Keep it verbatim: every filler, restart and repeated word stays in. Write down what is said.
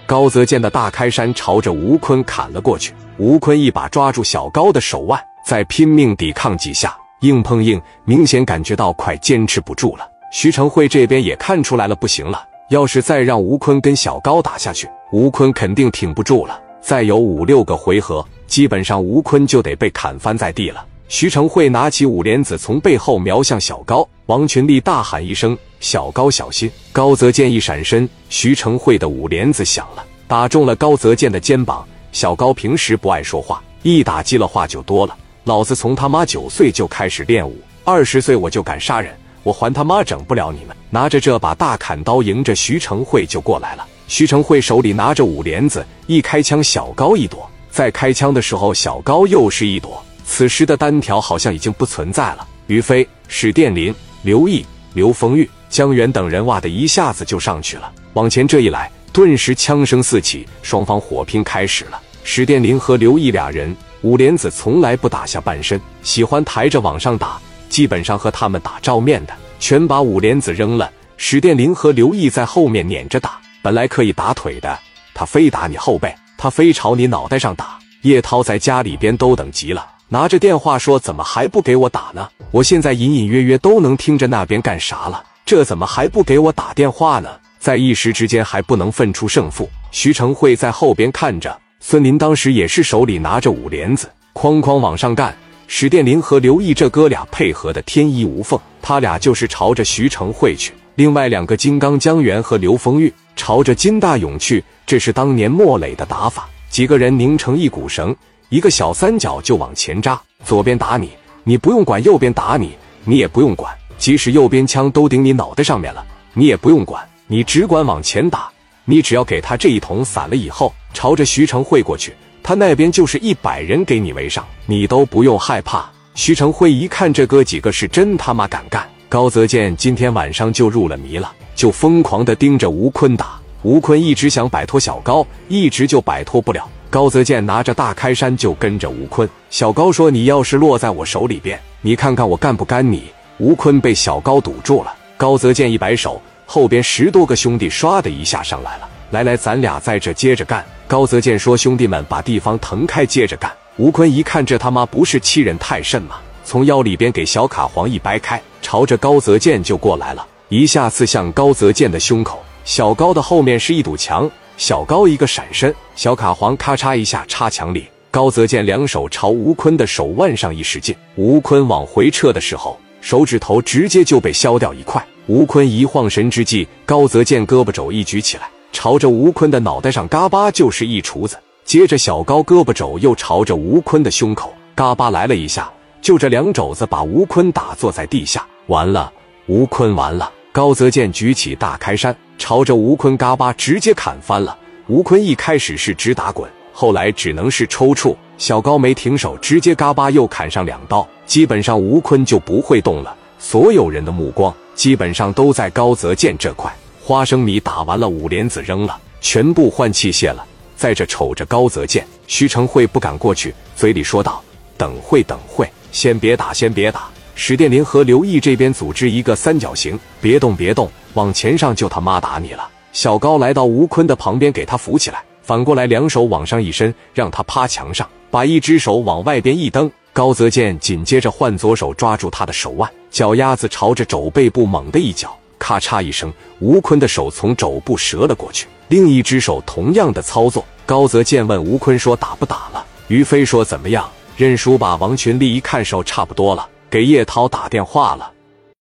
高泽健的大开山朝着吴坤砍了过去，吴坤一把抓住小高的手腕，再拼命抵抗几下，硬碰硬，明显感觉到快坚持不住了。徐成慧这边也看出来了，不行了，要是再让吴坤跟小高打下去，吴坤肯定挺不住了，再有五六个回合，基本上吴坤就得被砍翻在地了。徐成慧拿起五莲子从背后瞄向小高，王群力大喊一声：“小高小心！”高泽健一闪身，徐成慧的五莲子响了，打中了高泽健的肩膀。小高平时不爱说话，一打击了话就多了。老子从他妈九岁就开始练武，二十岁我就敢杀人，我还他妈整不了你们！拿着这把大砍刀，迎着徐成慧就过来了。徐成慧手里拿着五莲子，一开枪，小高一躲，再开枪的时候，小高又是一躲。此时的单挑好像已经不存在了，于飞、史殿林、刘毅、刘丰玉、江源等人哇的一下子就上去了，往前这一来，顿时枪声四起，双方火拼开始了。史殿林和刘毅俩人，五莲子从来不打下半身，喜欢抬着往上打，基本上和他们打照面的全把五莲子扔了。史殿林和刘毅在后面撵着打，本来可以打腿的，他非打你后背，他非朝你脑袋上打。叶涛在家里边都等急了，拿着电话说：“怎么还不给我打呢？我现在隐隐约约都能听着那边干啥了，这怎么还不给我打电话呢？”在一时之间还不能分出胜负。徐成慧在后边看着，孙林当时也是手里拿着五莲子，哐哐往上干。史殿林和刘毅这哥俩配合的天衣无缝，他俩就是朝着徐成慧去，另外两个金刚江源和刘丰玉朝着金大勇去，这是当年莫磊的打法。几个人拧成一股绳，一个小三角就往前扎，左边打你，你不用管；右边打你，你也不用管。即使右边枪都顶你脑袋上面了，你也不用管，你只管往前打。你只要给他这一桶散了以后，朝着徐成慧过去，他那边就是一百人给你围上，你都不用害怕。徐成慧一看这哥几个是真他妈敢干，高泽健今天晚上就入了迷了，就疯狂地盯着吴坤打。吴坤一直想摆脱小高，一直就摆脱不了。高泽健拿着大开山就跟着吴坤。小高说：“你要是落在我手里边，你看看我干不干你？”吴坤被小高堵住了。高泽健一摆手，后边十多个兄弟唰的一下上来了。来来，咱俩在这接着干。高泽健说：“兄弟们，把地方腾开，接着干。”吴坤一看，这他妈不是欺人太甚吗？从腰里边给小卡簧一掰开，朝着高泽健就过来了，一下刺向高泽健的胸口。小高的后面是一堵墙，小高一个闪身，小卡簧咔嚓一下插墙里。高泽健两手朝吴坤的手腕上一使劲，吴坤往回撤的时候，手指头直接就被削掉一块。吴坤一晃神之际，高泽健胳膊肘一举起来，朝着吴坤的脑袋上嘎巴就是一锄子。接着小高胳膊肘又朝着吴坤的胸口嘎巴来了一下，就这两肘子把吴坤打坐在地下。完了，吴坤完了。高泽健举起大开山，朝着吴坤嘎巴直接砍翻了。吴坤一开始是直打滚，后来只能是抽搐。小高没停手，直接嘎巴又砍上两刀，基本上吴坤就不会动了。所有人的目光基本上都在高泽健这块。花生米打完了，五莲子扔了，全部换器械了。在这瞅着高泽健，徐成慧不敢过去，嘴里说道：“等会等会，先别打，先别打。”史殿林和刘毅这边组织一个三角形，别动别动，往前上就他妈打你了。小高来到吴坤的旁边，给他扶起来，反过来两手往上一伸，让他趴墙上，把一只手往外边一蹬。高泽健紧接着换左手抓住他的手腕，脚丫子朝着肘背部猛的一脚，咔嚓一声，吴坤的手从肘部折了过去。另一只手同样的操作。高泽健问吴坤说：“打不打了？”于飞说：“怎么样？认输吧。”王群力一看手差不多了，给叶涛打电话了。